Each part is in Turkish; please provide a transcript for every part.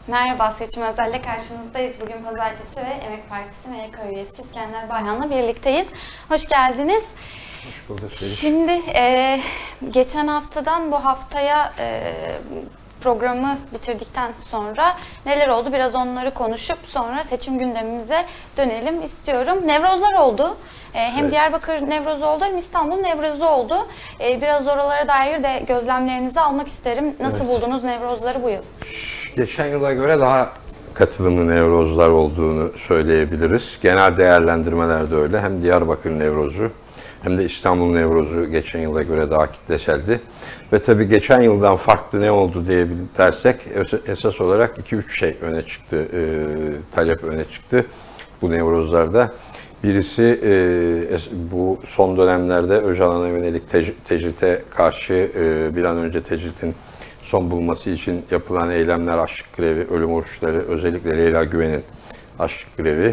Merhaba, Seçim Özel'de karşınızdayız. Bugün Pazartesi ve Emek Partisi MYK üyesi İskender Bayhan'la birlikteyiz. Hoş geldiniz. Hoş bulduk. Şimdi geçen haftadan bu haftaya programı bitirdikten sonra neler oldu biraz onları konuşup sonra seçim gündemimize dönelim istiyorum. Nevrozlar oldu. Hem evet. Diyarbakır Nevrozu oldu hem İstanbul Nevrozu oldu. Biraz oralara dair de gözlemlerinizi almak isterim. Nasıl evet. buldunuz Nevrozları bu yıl? Geçen yıla göre daha katılımlı Nevrozlar olduğunu söyleyebiliriz. Genel değerlendirmeler de öyle. Hem Diyarbakır Nevrozu hem de İstanbul Nevrozu geçen yıla göre daha kitleseldi. Ve tabii geçen yıldan farklı ne oldu dersek esas olarak 2-3 şey öne çıktı, talep öne çıktı bu Nevrozlarda. Birisi bu son dönemlerde Öcalan'a yönelik tecrite karşı bir an önce tecritin son bulması için yapılan eylemler, açlık grevi, ölüm oruçları, özellikle Leyla Güven'in açlık grevi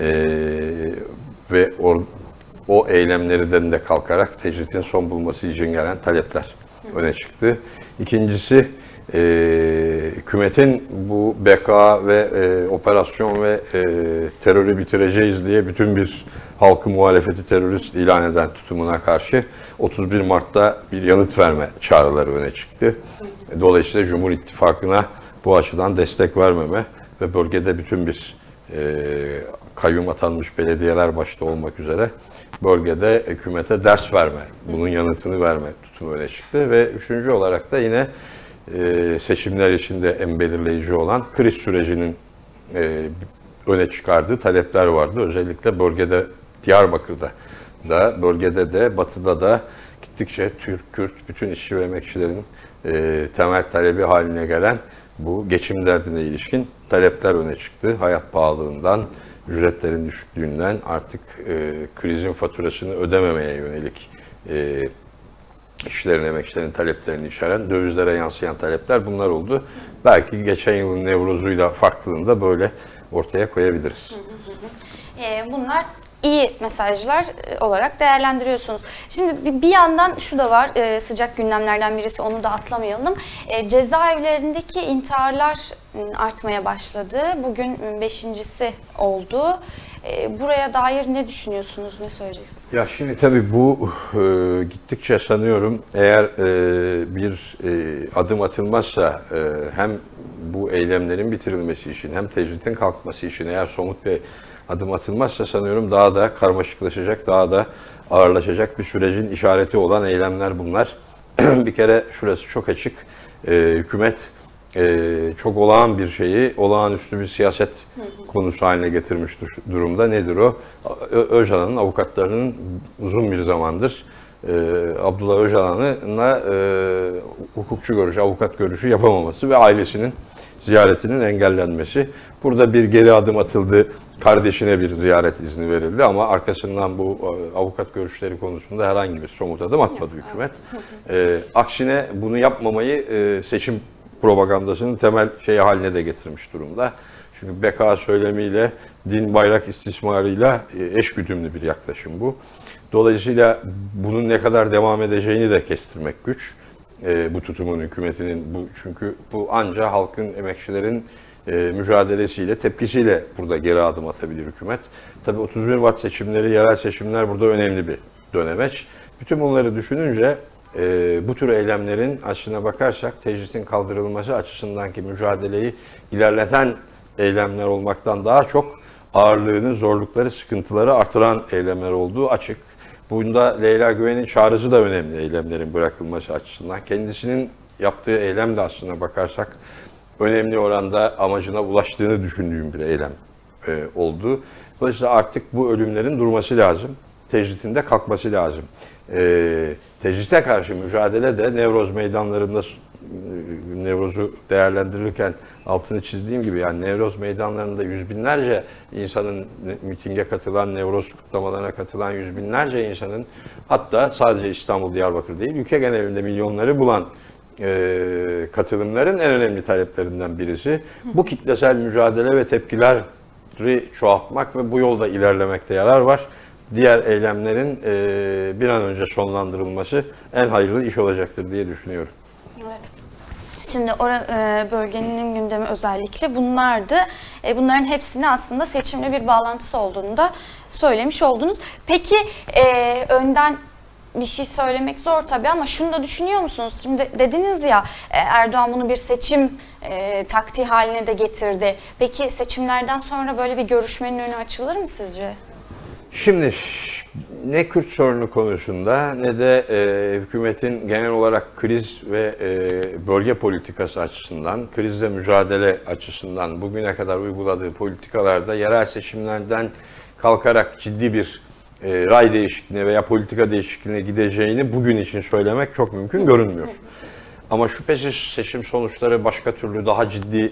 ve o eylemlerden de kalkarak tecritin son bulması için gelen talepler öne çıktı. İkincisi hükümetin bu beka ve operasyon ve terörü bitireceğiz diye bütün bir halkı muhalefeti terörist ilan eden tutumuna karşı 31 Mart'ta bir yanıt verme çağrıları öne çıktı. Dolayısıyla Cumhur İttifakı'na bu açıdan destek vermeme ve bölgede bütün bir kayyum atanmış belediyeler başta olmak üzere bölgede hükümete ders verme, bunun yanıtını verme tutumu öne çıktı. Ve üçüncü olarak da yine seçimler içinde en belirleyici olan kriz sürecinin öne çıkardığı talepler vardı. Özellikle bölgede, Diyarbakır'da da, bölgede de, batıda da gittikçe Türk, Kürt, bütün işçi ve emekçilerin temel talebi haline gelen bu geçim derdine ilişkin talepler öne çıktı. Hayat pahalılığından, ücretlerin düşüklüğünden artık krizin faturasını ödememeye yönelik işçilerin, emekçilerin taleplerini içeren, dövizlere yansıyan talepler bunlar oldu. Belki geçen yılın Nevroz'uyla farklılığını da böyle ortaya koyabiliriz. Bunlar iyi mesajlar olarak değerlendiriyorsunuz. Şimdi bir yandan şu da var, sıcak gündemlerden birisi, onu da atlamayalım. Cezaevlerindeki intiharlar artmaya başladı. Bugün 5.'si oldu. Buraya dair ne düşünüyorsunuz, ne söyleyeceksiniz? Ya şimdi tabii bu gittikçe sanıyorum eğer bir adım atılmazsa hem bu eylemlerin bitirilmesi için hem tecritin kalkması için eğer somut bir adım atılmazsa sanıyorum daha da karmaşıklaşacak, daha da ağırlaşacak bir sürecin işareti olan eylemler bunlar. Bir kere şurası çok açık. Hükümet çok olağan bir şeyi, olağanüstü bir siyaset konusu haline getirmiş durumda. Nedir o? Öcalan'ın avukatlarının uzun bir zamandır Abdullah Öcalan'la hukukçu görüşü, avukat görüşü yapamaması ve ailesinin ziyaretinin engellenmesi. Burada bir geri adım atıldı. Kardeşine bir ziyaret izni verildi ama arkasından bu avukat görüşleri konusunda herhangi bir somut adım atmadı hükümet. Aksine bunu yapmamayı seçim propagandasının temel şeyi haline de getirmiş durumda. Çünkü beka söylemiyle, din bayrak istismarıyla eşgüdümlü bir yaklaşım bu. Dolayısıyla bunun ne kadar devam edeceğini de kestirmek güç. Bu tutumun, hükümetinin, çünkü bu anca halkın, emekçilerin mücadelesiyle, tepkisiyle burada geri adım atabilir hükümet. Tabii 31 Mart seçimleri, yerel seçimler burada önemli bir dönemeç. Bütün bunları düşününce bu tür eylemlerin aslına bakarsak tecritin kaldırılması açısındaki mücadeleyi ilerleten eylemler olmaktan daha çok ağırlığını, zorlukları, sıkıntıları artıran eylemler olduğu açık. Bunda Leyla Güven'in çağrısı da önemli eylemlerin bırakılması açısından. Kendisinin yaptığı eylem de aslına bakarsak önemli oranda amacına ulaştığını düşündüğüm bir eylem oldu. Dolayısıyla artık bu ölümlerin durması lazım. Tecritin de kalkması lazım. Tecrite karşı mücadele de Nevroz meydanlarında, Nevroz'u değerlendirirken altını çizdiğim gibi, yani Nevroz meydanlarında yüz binlerce insanın, mitinge katılan, Nevroz kutlamalarına katılan yüz binlerce insanın, hatta sadece İstanbul, Diyarbakır değil, ülke genelinde milyonları bulan katılımların en önemli taleplerinden birisi bu kitlesel mücadele ve tepkileri çoğaltmak ve bu yolda ilerlemekte yarar var. Diğer eylemlerin bir an önce sonlandırılması en hayırlı iş olacaktır diye düşünüyorum. Evet. Şimdi bölgenin gündemi özellikle bunlardı. Bunların hepsini aslında seçimle bir bağlantısı olduğunu da söylemiş oldunuz. Peki önden bir şey söylemek zor tabii ama şunu da düşünüyor musunuz? Şimdi dediniz ya Erdoğan bunu bir seçim taktiği haline de getirdi. Peki seçimlerden sonra böyle bir görüşmenin önü açılır mı sizce? Şimdi ne Kürt sorunu konusunda ne de hükümetin genel olarak kriz ve bölge politikası açısından, krizle mücadele açısından bugüne kadar uyguladığı politikalarda yerel seçimlerden kalkarak ciddi bir ray değişikliğine veya politika değişikliğine gideceğini bugün için söylemek çok mümkün görünmüyor. Ama şüphesiz seçim sonuçları başka türlü daha ciddi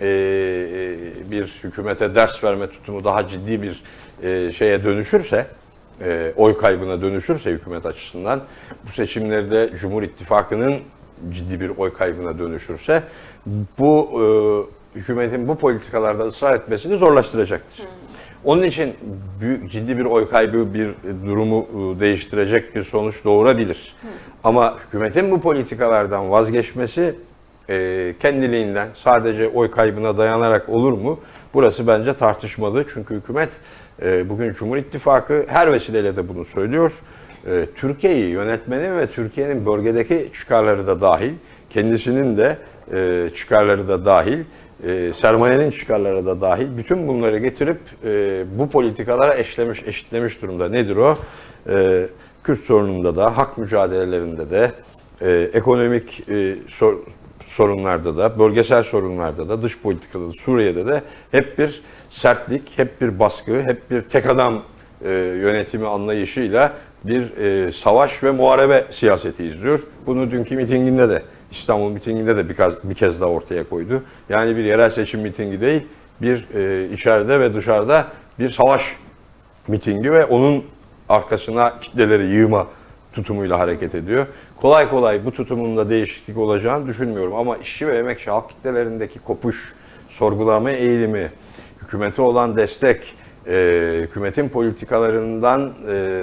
bir hükümete ders verme tutumu daha ciddi bir şeye dönüşürse, oy kaybına dönüşürse hükümet açısından, bu seçimlerde Cumhur İttifakı'nın ciddi bir oy kaybına dönüşürse, bu hükümetin bu politikalarda ısrar etmesini zorlaştıracaktır. Onun için ciddi bir oy kaybı bir durumu değiştirecek bir sonuç doğurabilir. Ama hükümetin bu politikalardan vazgeçmesi kendiliğinden sadece oy kaybına dayanarak olur mu? Burası bence tartışmalı. Çünkü hükümet bugün Cumhur İttifakı her vesileyle de bunu söylüyor. Türkiye'yi yönetmenin ve Türkiye'nin bölgedeki çıkarları da dahil, kendisinin de çıkarları da dahil, sermayenin çıkarları da dahil, bütün bunları getirip bu politikalara eşitlemiş durumda. Nedir o? Kürt sorununda da, hak mücadelelerinde de, ekonomik sorunlarda da, bölgesel sorunlarda da, dış politikada da, Suriye'de de hep bir sertlik, hep bir baskı, hep bir tek adam yönetimi anlayışıyla bir savaş ve muharebe siyaseti izliyor. Bunu dünkü mitinginde de, İstanbul mitinginde de bir kez daha ortaya koydu. Yani bir yerel seçim mitingi değil, bir içeride ve dışarıda bir savaş mitingi ve onun arkasına kitleleri yığma tutumuyla hareket ediyor. Kolay kolay bu tutumunda değişiklik olacağını düşünmüyorum ama işçi ve emekçi halk kitlelerindeki kopuş, sorgulama eğilimi, hükümete olan destek, hükümetin politikalarından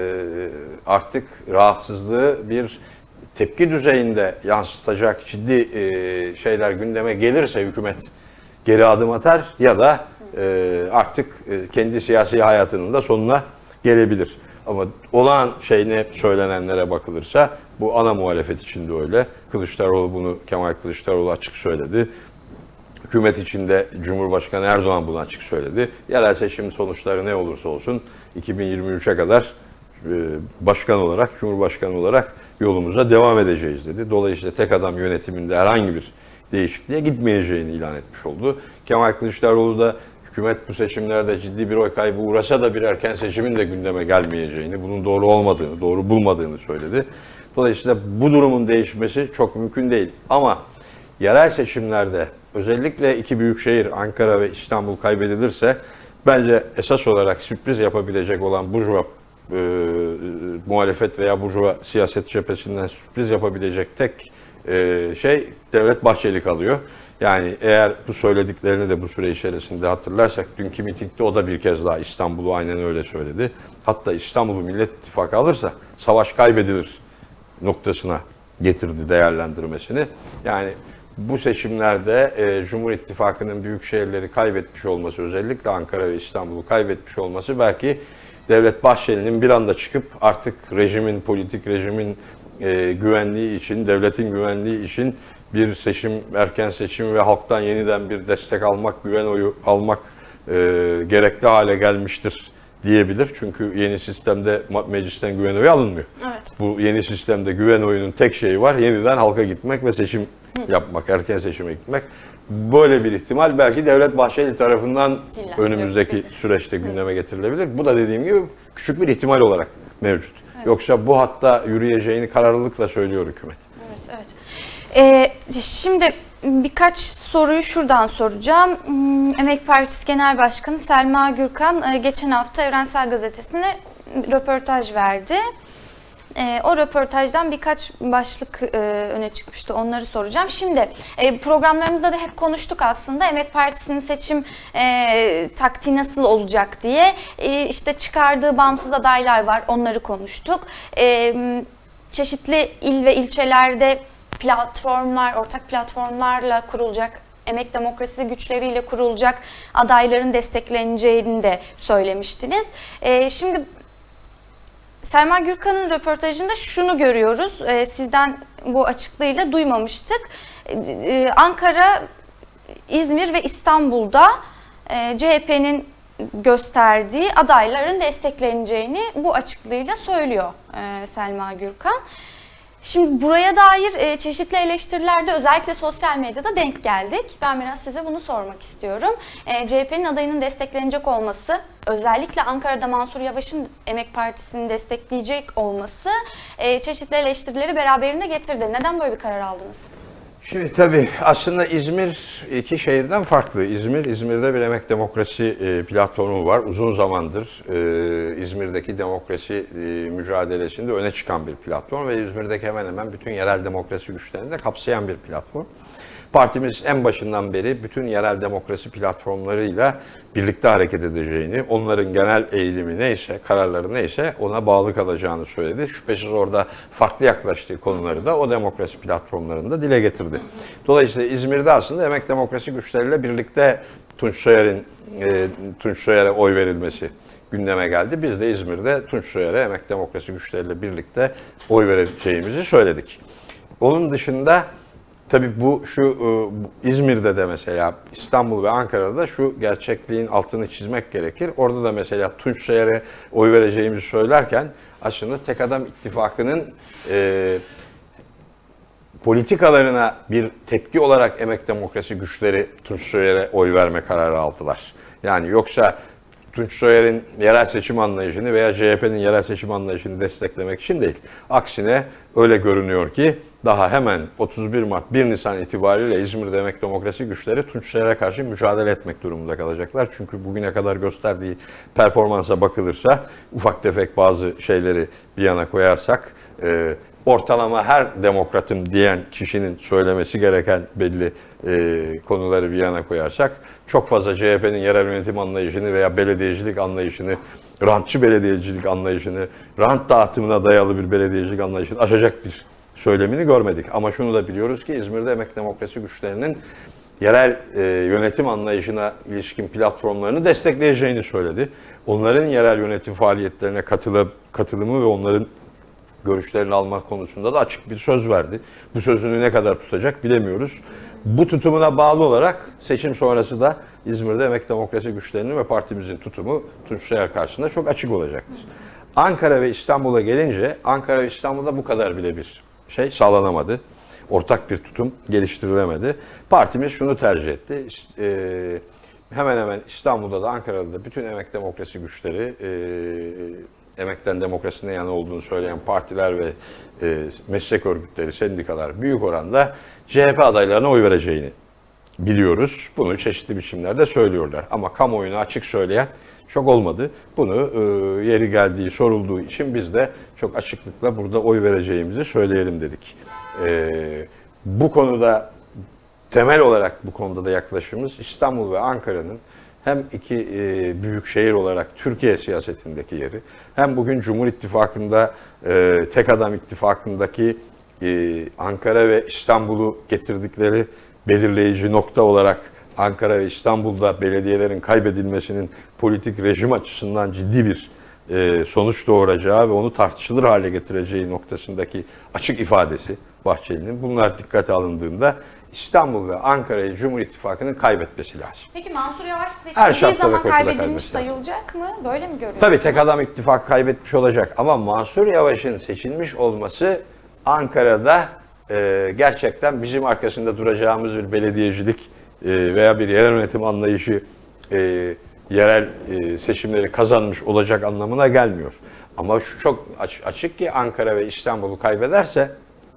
artık rahatsızlığı bir tepki düzeyinde yansıtacak ciddi şeyler gündeme gelirse hükümet geri adım atar ya da artık kendi siyasi hayatının da sonuna gelebilir. Ama olağan şey ne söylenenlere bakılırsa bu ana muhalefet için de öyle. Kılıçdaroğlu bunu, Kemal Kılıçdaroğlu açık söyledi. Hükümet içinde Cumhurbaşkanı Erdoğan bunu açık söyledi. Yerel seçim sonuçları ne olursa olsun 2023'e kadar başkan olarak, Cumhurbaşkanı olarak yolumuza devam edeceğiz dedi. Dolayısıyla tek adam yönetiminde herhangi bir değişikliğe gitmeyeceğini ilan etmiş oldu. Kemal Kılıçdaroğlu da hükümet bu seçimlerde ciddi bir oy kaybı uğrasa da bir erken seçimin de gündeme gelmeyeceğini, bunun doğru olmadığını, doğru bulmadığını söyledi. Dolayısıyla bu durumun değişmesi çok mümkün değil. Ama yerel seçimlerde özellikle iki büyük şehir Ankara ve İstanbul kaybedilirse bence esas olarak sürpriz yapabilecek olan burjuva muhalefet veya burjuva siyaset cephesinden sürpriz yapabilecek tek şey Devlet Bahçeli kalıyor. Yani eğer bu söylediklerini de bu süre içerisinde hatırlarsak dünkü mitingde o da bir kez daha İstanbul'u aynen öyle söyledi. Hatta İstanbul'u Millet İttifakı alırsa savaş kaybedilir noktasına getirdi değerlendirmesini. Yani bu seçimlerde Cumhur İttifakı'nın büyük şehirleri kaybetmiş olması, özellikle Ankara ve İstanbul'u kaybetmiş olması belki Devlet Bahçeli'nin bir anda çıkıp artık rejimin, politik rejimin güvenliği için, devletin güvenliği için bir seçim, erken seçim ve halktan yeniden bir destek almak, güven oyu almak gerekli hale gelmiştir diyebilir. Çünkü yeni sistemde meclisten güven oyu alınmıyor. Evet. Bu yeni sistemde güven oyunun tek şeyi var, yeniden halka gitmek ve seçim yapmak, erken seçime gitmek. Böyle bir ihtimal belki Devlet Bahçeli tarafından önümüzdeki süreçte gündeme getirilebilir. Bu da dediğim gibi küçük bir ihtimal olarak mevcut. Evet. Yoksa bu hatta yürüyeceğini kararlılıkla söylüyor hükümet. Evet, evet. Şimdi birkaç soruyu şuradan soracağım. Emek Partisi Genel Başkanı Selma Gürkan geçen hafta Evrensel Gazetesi'ne röportaj verdi. O röportajdan birkaç başlık öne çıkmıştı. Onları soracağım. Şimdi programlarımızda da hep konuştuk aslında. Emek Partisi'nin seçim taktiği nasıl olacak diye. İşte çıkardığı bağımsız adaylar var. Onları konuştuk. Çeşitli il ve ilçelerde platformlar, ortak platformlarla kurulacak, emek demokrasi güçleriyle kurulacak adayların destekleneceğini de söylemiştiniz. Şimdi Selma Gürkan'ın röportajında şunu görüyoruz. Sizden bu açıklığıyla duymamıştık. Ankara, İzmir ve İstanbul'da CHP'nin gösterdiği adayların destekleneceğini bu açıklığıyla söylüyor Selma Gürkan. Şimdi buraya dair çeşitli eleştirilerde özellikle sosyal medyada denk geldik. Ben biraz size bunu sormak istiyorum. CHP'nin adayının desteklenecek olması, özellikle Ankara'da Mansur Yavaş'ın Emek Partisi'ni destekleyecek olması çeşitli eleştirileri beraberinde getirdi. Neden böyle bir karar aldınız? Şimdi tabii aslında İzmir iki şehirden farklı. İzmir'de bir emek demokrasi platformu var. Uzun zamandır İzmir'deki demokrasi mücadelesinde öne çıkan bir platform ve İzmir'deki hemen hemen bütün yerel demokrasi güçlerini de kapsayan bir platform. Partimiz en başından beri bütün yerel demokrasi platformlarıyla birlikte hareket edeceğini, onların genel eğilimi neyse, kararları neyse ona bağlı kalacağını söyledi. Şüphesiz orada farklı yaklaştığı konuları da o demokrasi platformlarında dile getirdi. Dolayısıyla İzmir'de aslında emek demokrasi güçleriyle birlikte Tunç Soyer'e oy verilmesi gündeme geldi. Biz de İzmir'de Tunç Soyer'e emek demokrasi güçleriyle birlikte oy vereceğimizi söyledik. Onun dışında tabii İzmir'de de mesela İstanbul ve Ankara'da da şu gerçekliğin altını çizmek gerekir. Orada da mesela Tunç Soyer'e oy vereceğimizi söylerken aslında Tek Adam İttifakı'nın politikalarına bir tepki olarak emek demokrasi güçleri Tunç Soyer'e oy verme kararı aldılar. Yani yoksa Tunç Soyer'in yerel seçim anlayışını veya CHP'nin yerel seçim anlayışını desteklemek için değil. Aksine öyle görünüyor ki daha hemen 31 Mart 1 Nisan itibariyle İzmir'de emek demokrasi güçleri Tunç Soyer'e karşı mücadele etmek durumunda kalacaklar. Çünkü bugüne kadar gösterdiği performansa bakılırsa ufak tefek bazı şeyleri bir yana koyarsak ortalama her demokratım diyen kişinin söylemesi gereken belli konuları bir yana koyarsak çok fazla CHP'nin yerel yönetim anlayışını veya belediyecilik anlayışını, rantçı belediyecilik anlayışını, rant dağıtımına dayalı bir belediyecilik anlayışını aşacak bir söylemini görmedik. Ama şunu da biliyoruz ki İzmir'de emek demokrasi güçlerinin yerel yönetim anlayışına ilişkin platformlarını destekleyeceğini söyledi. Onların yerel yönetim faaliyetlerine katılımı ve onların görüşlerini almak konusunda da açık bir söz verdi. Bu sözünü ne kadar tutacak bilemiyoruz. Bu tutumuna bağlı olarak seçim sonrası da İzmir'de emek demokrasi güçlerinin ve partimizin tutumu Tunç Soyer karşısında çok açık olacaktır. Ankara ve İstanbul'a gelince Ankara ve İstanbul'da bu kadar bile bir şey sağlanamadı. Ortak bir tutum geliştirilemedi. Partimiz şunu tercih etti. Hemen hemen İstanbul'da da Ankara'da da bütün emek demokrasi güçleri emekten demokrasinin yana olduğunu söyleyen partiler ve meslek örgütleri, sendikalar büyük oranda CHP adaylarına oy vereceğini biliyoruz. Bunu çeşitli biçimlerde söylüyorlar. Ama kamuoyuna açık söyleyen çok olmadı. Bunu yeri geldiği sorulduğu için biz de çok açıklıkla burada oy vereceğimizi söyleyelim dedik. Bu konuda temel olarak bu konuda da yaklaşımımız İstanbul ve Ankara'nın hem iki büyük şehir olarak Türkiye siyasetindeki yeri, hem bugün Cumhur İttifakı'nda Tek Adam İttifakı'ndaki Ankara ve İstanbul'u getirdikleri belirleyici nokta olarak Ankara ve İstanbul'da belediyelerin kaybedilmesinin politik rejim açısından ciddi bir sonuç doğuracağı ve onu tartışılır hale getireceği noktasındaki açık ifadesi Bahçeli'nin. Bunlar dikkate alındığında İstanbul ve Ankara'yı Cumhur İttifakı'nın kaybetmesi lazım. Peki Mansur Yavaş seçildiği zaman kaybedilmiş sayılacak mı? Böyle mi görüyorsunuz? Tabii Tek Adam İttifakı kaybetmiş olacak ama Mansur Yavaş'ın seçilmiş olması Ankara'da gerçekten bizim arkasında duracağımız bir belediyecilik veya bir yerel yönetim anlayışı yerel seçimleri kazanmış olacak anlamına gelmiyor. Ama şu çok açık ki Ankara ve İstanbul'u kaybederse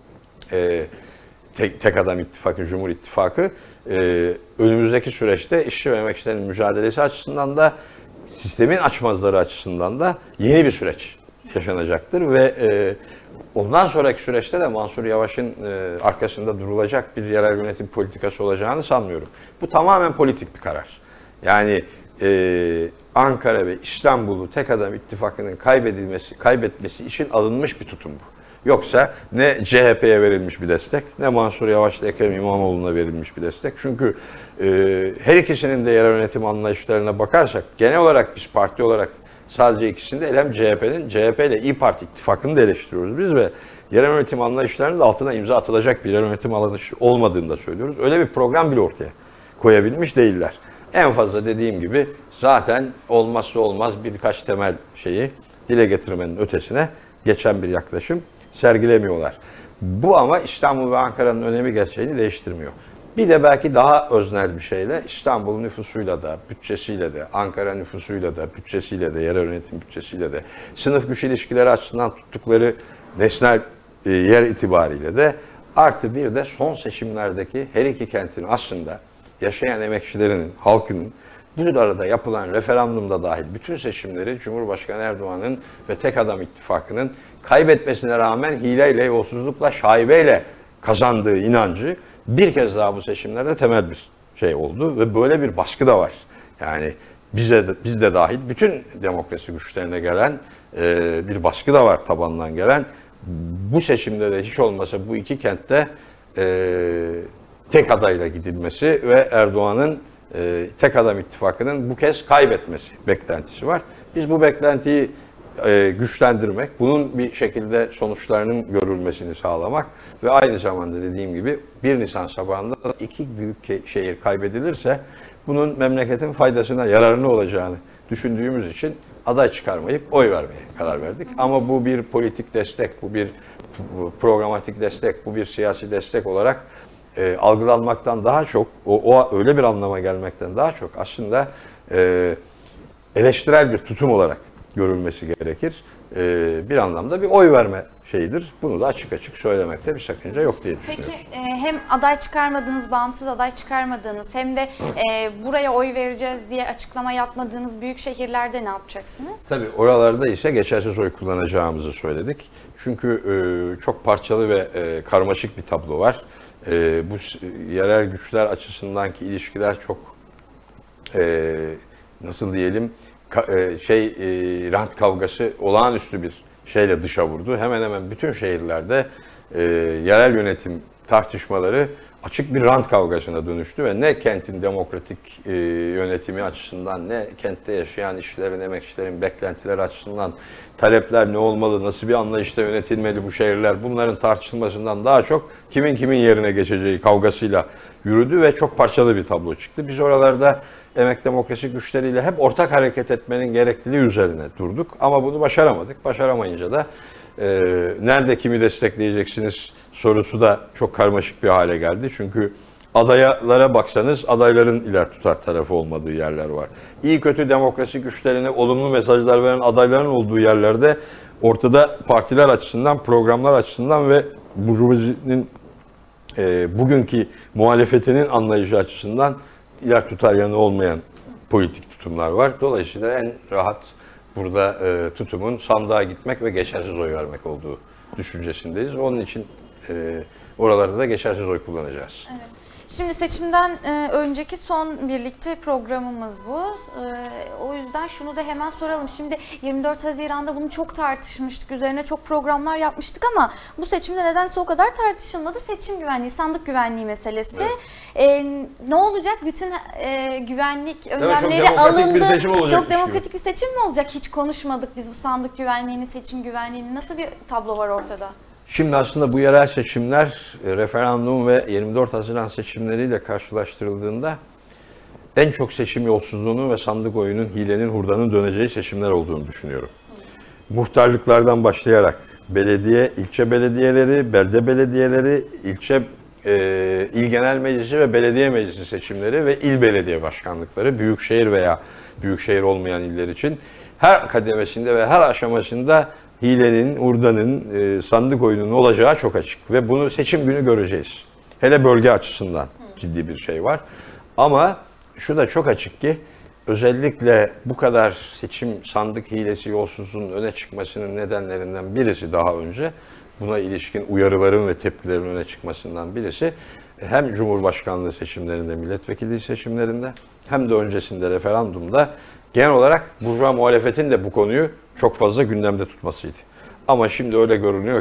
Tek Adam İttifakı, Cumhur İttifakı önümüzdeki süreçte işçi ve emekçilerin mücadelesi açısından da sistemin açmazları açısından da yeni bir süreç yaşanacaktır ve ondan sonraki süreçte de Mansur Yavaş'ın arkasında durulacak bir yerel yönetim politikası olacağını sanmıyorum. Bu tamamen politik bir karar. Yani Ankara ve İstanbul'u Tek Adam İttifakı'nın kaybetmesi için alınmış bir tutum bu. Yoksa ne CHP'ye verilmiş bir destek, ne Mansur Yavaş'la Ekrem İmamoğlu'na verilmiş bir destek. Çünkü her ikisinin de yerel yönetim anlayışlarına bakarsak, genel olarak biz parti olarak sadece ikisini değil, hem CHP ile İYİ Parti ittifakını da eleştiriyoruz biz ve yerel yönetim anlayışlarının da altına imza atılacak bir yerel yönetim anlayışı olmadığını da söylüyoruz. Öyle bir program bile ortaya koyabilmiş değiller. En fazla dediğim gibi zaten olmazsa olmaz birkaç temel şeyi dile getirmenin ötesine geçen bir yaklaşım sergilemiyorlar. Bu ama İstanbul ve Ankara'nın önemi gerçeğini değiştirmiyor. Bir de belki daha öznel bir şeyle İstanbul nüfusuyla da, bütçesiyle de, Ankara nüfusuyla da, bütçesiyle de, yerel yönetim bütçesiyle de, sınıf güç ilişkileri açısından tuttukları nesnel yer itibariyle de, artı bir de son seçimlerdeki her iki kentin aslında yaşayan emekçilerinin, halkının bu arada yapılan referandumda dahil bütün seçimleri Cumhurbaşkanı Erdoğan'ın ve Tek Adam İttifakı'nın kaybetmesine rağmen hileyle, yolsuzlukla, şaibeyle kazandığı inancı bir kez daha bu seçimlerde temel bir şey oldu ve böyle bir baskı da var. Yani biz de dahil bütün demokrasi güçlerine gelen bir baskı da var tabandan gelen. Bu seçimde de hiç olmasa bu iki kentte tek adayla gidilmesi ve Erdoğan'ın Tek Adam İttifakı'nın bu kez kaybetmesi beklentisi var. Biz bu beklentiyi güçlendirmek, bunun bir şekilde sonuçlarının görülmesini sağlamak ve aynı zamanda dediğim gibi 1 Nisan sabahında iki büyük şehir kaybedilirse bunun memleketin faydasına, yararına olacağını düşündüğümüz için aday çıkarmayıp oy vermeye karar verdik. Ama bu bir politik destek, bu bir programatik destek, bu bir siyasi destek olarak algılanmaktan daha çok, o öyle bir anlama gelmekten daha çok aslında eleştirel bir tutum olarak görülmesi gerekir. Bir anlamda bir oy verme şeyidir. Bunu da açık açık söylemekte bir sakınca yok diye düşünüyorum. Peki hem aday çıkarmadığınız, bağımsız aday çıkarmadığınız hem de buraya oy vereceğiz diye açıklama yapmadığınız büyük şehirlerde ne yapacaksınız? Tabii oralarda ise geçersiz oy kullanacağımızı söyledik. Çünkü çok parçalı ve karmaşık bir tablo var. Bu yerel güçler açısındaki ilişkiler çok nasıl diyelim rant kavgası olağanüstü bir şeyle dışa vurdu. Hemen hemen bütün şehirlerde yerel yönetim tartışmaları açık bir rant kavgasına dönüştü ve ne kentin demokratik yönetimi açısından ne kentte yaşayan işçilerin, emekçilerin beklentileri açısından talepler ne olmalı, nasıl bir anlayışla yönetilmeli bu şehirler, bunların tartışılmasından daha çok kimin yerine geçeceği kavgasıyla yürüdü ve çok parçalı bir tablo çıktı. Biz oralarda emek demokrasi güçleriyle hep ortak hareket etmenin gerekliliği üzerine durduk ama bunu başaramadık. Başaramayınca da nerede kimi destekleyeceksiniz sorusu da çok karmaşık bir hale geldi. Çünkü adaylara baksanız adayların iler tutar tarafı olmadığı yerler var. İyi kötü demokrasi güçlerine olumlu mesajlar veren adayların olduğu yerlerde ortada partiler açısından, programlar açısından ve burjuvazinin bugünkü muhalefetinin anlayışı açısından iler tutar yanı olmayan politik tutumlar var. Dolayısıyla en rahat burada tutumun sandığa gitmek ve geçersiz oy vermek olduğu düşüncesindeyiz. Onun için oralarda da geçersiz oy kullanacağız. Evet. Şimdi seçimden önceki son birlikte programımız bu. O yüzden şunu da hemen soralım. Şimdi 24 Haziran'da bunu çok tartışmıştık. Üzerine çok programlar yapmıştık ama bu seçimde nedense o kadar tartışılmadı. Seçim güvenliği, sandık güvenliği meselesi. Evet. Ne olacak? Bütün güvenlik önlemleri alındı. Çok demokratik bir seçim mi olacak? Hiç konuşmadık biz bu sandık güvenliğini, seçim güvenliğini. Nasıl bir tablo var ortada? Şimdi aslında bu yerel seçimler referandum ve 24 Haziran seçimleriyle karşılaştırıldığında en çok seçim yolsuzluğunun ve sandık oyunun, hilenin, hurdanın döneceği seçimler olduğunu düşünüyorum. Muhtarlıklardan başlayarak belediye, ilçe belediyeleri, belde belediyeleri, il genel meclisi ve belediye meclisi seçimleri ve il belediye başkanlıkları, büyükşehir veya büyükşehir olmayan iller için her kademesinde ve her aşamasında hilenin, hurdanın, sandık oyununun olacağı çok açık. Ve bunu seçim günü göreceğiz. Hele bölge açısından ciddi bir şey var. Ama şu da çok açık ki özellikle bu kadar seçim sandık hilesi, yolsuzluğun öne çıkmasının nedenlerinden birisi daha önce buna ilişkin uyarıların ve tepkilerin öne çıkmasından birisi hem Cumhurbaşkanlığı seçimlerinde, milletvekilliği seçimlerinde hem de öncesinde referandumda genel olarak burjuva muhalefetin de bu konuyu çok fazla gündemde tutmasıydı. Ama şimdi öyle görünüyor ki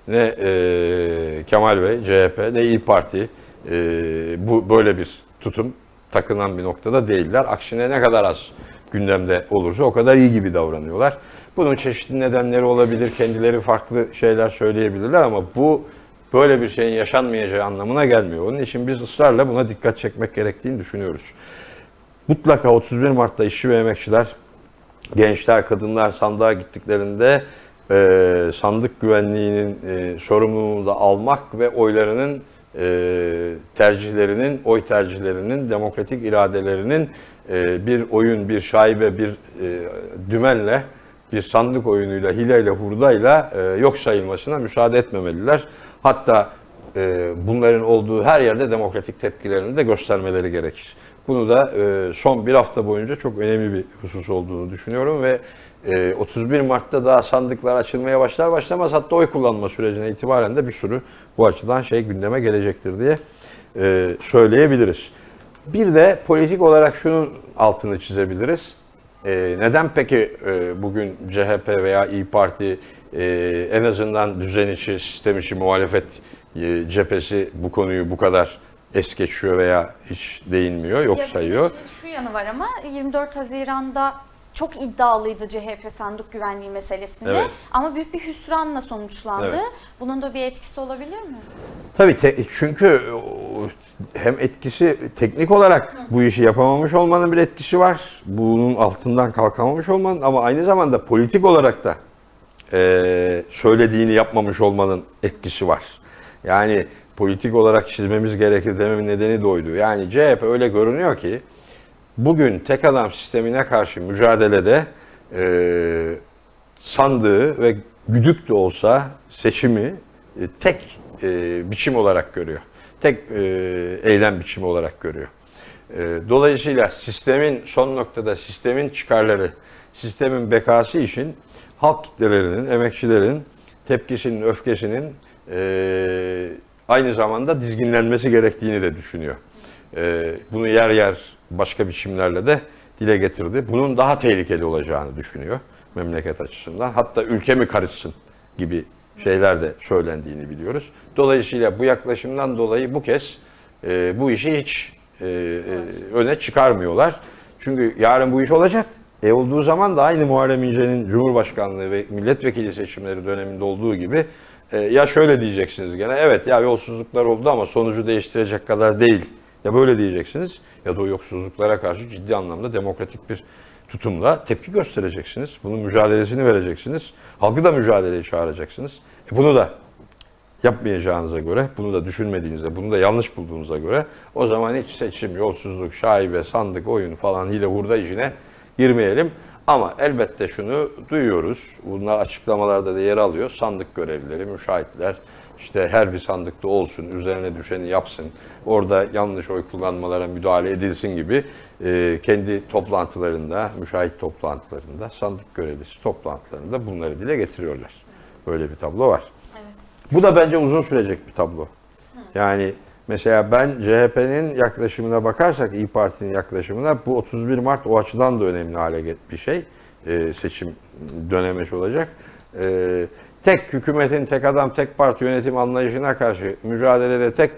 ne Kemal Bey, CHP, ne İYİ Parti bu böyle bir tutum takınan bir noktada değiller. Aksine ne kadar az gündemde olursa o kadar iyi gibi davranıyorlar. Bunun çeşitli nedenleri olabilir, kendileri farklı şeyler söyleyebilirler ama bu böyle bir şeyin yaşanmayacağı anlamına gelmiyor. Onun için biz ısrarla buna dikkat çekmek gerektiğini düşünüyoruz. Mutlaka 31 Mart'ta işçi ve emekçiler, gençler, kadınlar sandığa gittiklerinde sandık güvenliğinin sorumluluğunu da almak ve oylarının tercihlerinin, oy tercihlerinin, demokratik iradelerinin bir oyun, bir şaibe, bir dümenle, bir sandık oyunuyla, hileyle, hurdayla yok sayılmasına müsaade etmemeliler. Hatta bunların olduğu her yerde demokratik tepkilerini de göstermeleri gerekir. Bunu da son bir hafta boyunca çok önemli bir husus olduğunu düşünüyorum ve 31 Mart'ta daha sandıklar açılmaya başlar başlamaz hatta oy kullanma sürecine itibaren de bir sürü bu açıdan gündeme gelecektir diye söyleyebiliriz. Bir de politik olarak şunun altını çizebiliriz. Neden peki bugün CHP veya İYİ Parti en azından düzen içi, sistem içi muhalefet cephesi bu konuyu bu kadar es geçiyor veya hiç değinmiyor, yok sayıyor? Şu yanı var ama 24 Haziran'da çok iddialıydı CHP sandık güvenliği meselesinde. Evet. Ama büyük bir hüsranla sonuçlandı. Evet. Bunun da bir etkisi olabilir mi? Tabii çünkü hem etkisi teknik olarak bu işi yapamamış olmanın bir etkisi var. Bunun altından kalkamamış olmanın ama aynı zamanda politik olarak da söylediğini yapmamış olmanın etkisi var. Yani politik olarak çizmemiz gerekir dememin nedeni de oydu. Yani CHP öyle görünüyor ki bugün tek adam sistemine karşı mücadelede sandığı ve güdük de olsa seçimi tek biçim olarak görüyor. Tek eylem biçimi olarak görüyor. Dolayısıyla sistemin son noktada sistemin çıkarları, sistemin bekası için halk kitlelerinin, emekçilerin tepkisinin, öfkesinin aynı zamanda dizginlenmesi gerektiğini de düşünüyor. Bunu yer yer başka biçimlerle de dile getirdi. Bunun daha tehlikeli olacağını düşünüyor memleket açısından. Hatta ülke mi karışsın gibi şeyler de söylendiğini biliyoruz. Dolayısıyla bu yaklaşımdan dolayı bu kez bu işi hiç öne çıkarmıyorlar. Çünkü yarın bu iş olacak. Olduğu zaman da aynı Muharrem İnce'nin Cumhurbaşkanlığı ve milletvekili seçimleri döneminde olduğu gibi ya şöyle diyeceksiniz gene, evet ya yolsuzluklar oldu ama sonucu değiştirecek kadar değil. Ya böyle diyeceksiniz ya da o yolsuzluklara karşı ciddi anlamda demokratik bir tutumla tepki göstereceksiniz. Bunun mücadelesini vereceksiniz. Halkı da mücadeleye çağıracaksınız. Bunu da yapmayacağınıza göre, bunu da düşünmediğinizde, bunu da yanlış bulduğunuza göre o zaman hiç seçim, yolsuzluk, şaibe, sandık, oyun falan hile hurda işine girmeyelim. Ama elbette şunu duyuyoruz, bunlar açıklamalarda da yer alıyor. Sandık görevlileri, müşahitler, işte her bir sandıkta olsun, üzerine düşeni yapsın, orada yanlış oy kullanmalara müdahale edilsin gibi kendi toplantılarında, müşahit toplantılarında, sandık görevlisi toplantılarında bunları dile getiriyorlar. Böyle bir tablo var. Evet. Bu da bence uzun sürecek bir tablo. Yani mesela ben CHP'nin yaklaşımına bakarsak, İYİ Parti'nin yaklaşımına bu 31 Mart o açıdan da önemli hale bir şey. Seçim dönemeç olacak. Tek hükümetin, tek adam, tek parti yönetim anlayışına karşı mücadelede tek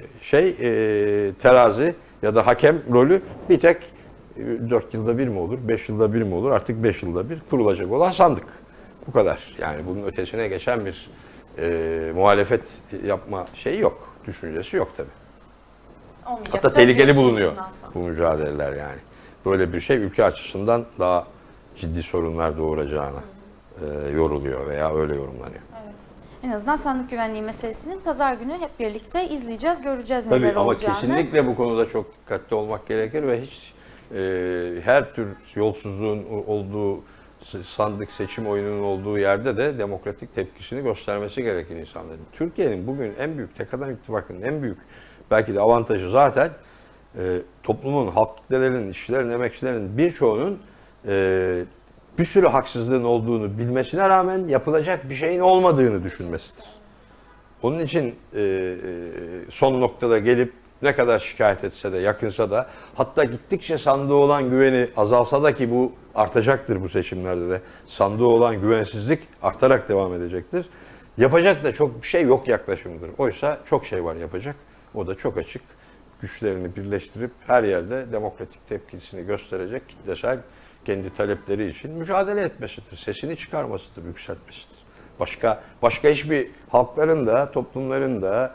terazi ya da hakem rolü bir tek 4 yılda bir mi olur, 5 yılda bir mi olur, artık 5 yılda bir kurulacak olan sandık. Bu kadar. Yani bunun ötesine geçen bir muhalefet yapma şeyi yok, düşüncesi yok tabii. Olmayacak. Hatta tehlikeli bulunuyor bu mücadeleler yani. Böyle bir şey ülke açısından daha ciddi sorunlar doğuracağına yoruluyor veya öyle yorumlanıyor. Evet. En azından sandık güvenliği meselesinin pazar günü hep birlikte izleyeceğiz, göreceğiz tabii, neler ama olacağını. Ama kesinlikle bu konuda çok dikkatli olmak gerekir ve hiç her tür yolsuzluğun olduğu sandık seçim oyununun olduğu yerde de demokratik tepkisini göstermesi gerekir insanların. Türkiye'nin bugün en büyük, tek adam ittifakının en büyük belki de avantajı zaten toplumun, halk kitlelerinin, işçilerin, emekçilerin birçoğunun bir sürü haksızlığın olduğunu bilmesine rağmen yapılacak bir şeyin olmadığını düşünmesidir. Onun için son noktada gelip ne kadar şikayet etse de, yakınsa da, hatta gittikçe sandığa olan güveni azalsa da, ki bu artacaktır bu seçimlerde de, sandığa olan güvensizlik artarak devam edecektir. Yapacak da çok bir şey yok yaklaşımıdır. Oysa çok şey var yapacak. O da çok açık. Güçlerini birleştirip her yerde demokratik tepkisini gösterecek kitlesel kendi talepleri için mücadele etmesidir. Sesini çıkarmasıdır, yükseltmesidir. Başka hiçbir halkların da, toplumların da,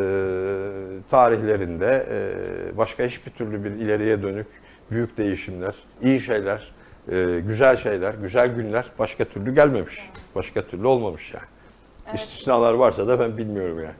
tarihlerinde başka hiçbir türlü bir ileriye dönük büyük değişimler, iyi şeyler, güzel şeyler, güzel günler başka türlü gelmemiş. Başka türlü olmamış yani. Evet. İstisnalar varsa da ben bilmiyorum yani.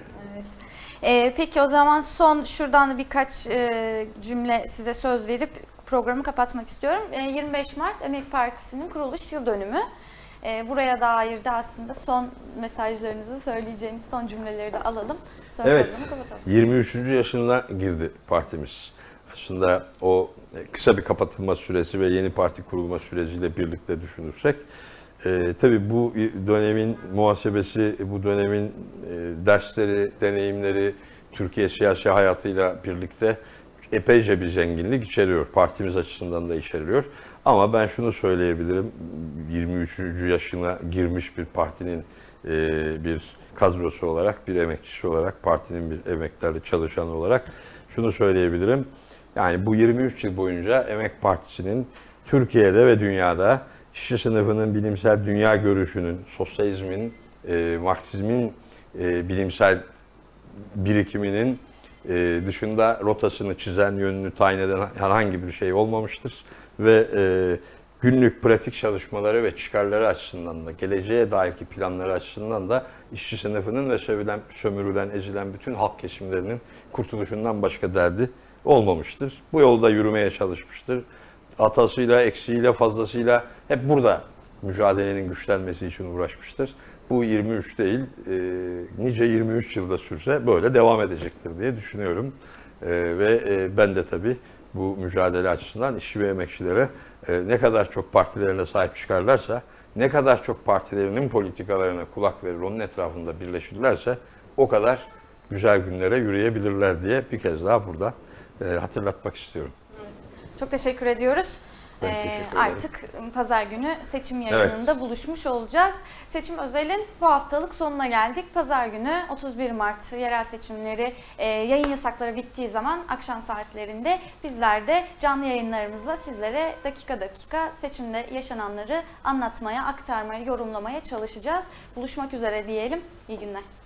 Evet. Peki o zaman son şuradan da birkaç cümle size söz verip programı kapatmak istiyorum. 25 Mart Emek Partisi'nin kuruluş yıl dönümü. Buraya dair de aslında son mesajlarınızı söyleyeceğiniz son cümleleri de alalım. Sonra evet, 23. yaşına girdi partimiz. Aslında o kısa bir kapatılma süresi ve yeni parti kurulma süreciyle birlikte düşünürsek, tabii bu dönemin muhasebesi, bu dönemin dersleri, deneyimleri, Türkiye siyasi hayatıyla birlikte epeyce bir zenginlik içeriyor. Partimiz açısından da içeriyor. Ama ben şunu söyleyebilirim, 23. yaşına girmiş bir partinin bir kadrosu olarak, bir emekçisi olarak, partinin bir emektarı çalışanı olarak şunu söyleyebilirim. Yani bu 23 yıl boyunca Emek Partisi'nin Türkiye'de ve dünyada işçi sınıfının bilimsel dünya görüşünün, sosyalizmin, Marksizmin bilimsel birikiminin dışında rotasını çizen, yönünü tayin eden herhangi bir şey olmamıştır. Ve günlük pratik çalışmaları ve çıkarları açısından da, geleceğe dairki planları açısından da işçi sınıfının ve sömürülen, ezilen bütün halk kesimlerinin kurtuluşundan başka derdi olmamıştır. Bu yolda yürümeye çalışmıştır. Atasıyla, eksiğiyle, fazlasıyla hep burada mücadelenin güçlenmesi için uğraşmıştır. Bu 23 değil, nice 23 yılda sürse böyle devam edecektir diye düşünüyorum. Ve ben de tabii bu mücadele açısından işçi ve emekçilere ne kadar çok partilerine sahip çıkarlarsa, ne kadar çok partilerinin politikalarına kulak verir, onun etrafında birleşirlerse o kadar güzel günlere yürüyebilirler diye bir kez daha burada hatırlatmak istiyorum. Evet. Çok teşekkür ediyoruz. Artık pazar günü seçim yayınında buluşmuş olacağız. Seçim Özel'in bu haftalık sonuna geldik. Pazar günü 31 Mart yerel seçimleri yayın yasakları bittiği zaman akşam saatlerinde bizler de canlı yayınlarımızla sizlere dakika dakika seçimde yaşananları anlatmaya, aktarmaya, yorumlamaya çalışacağız. Buluşmak üzere diyelim. İyi günler.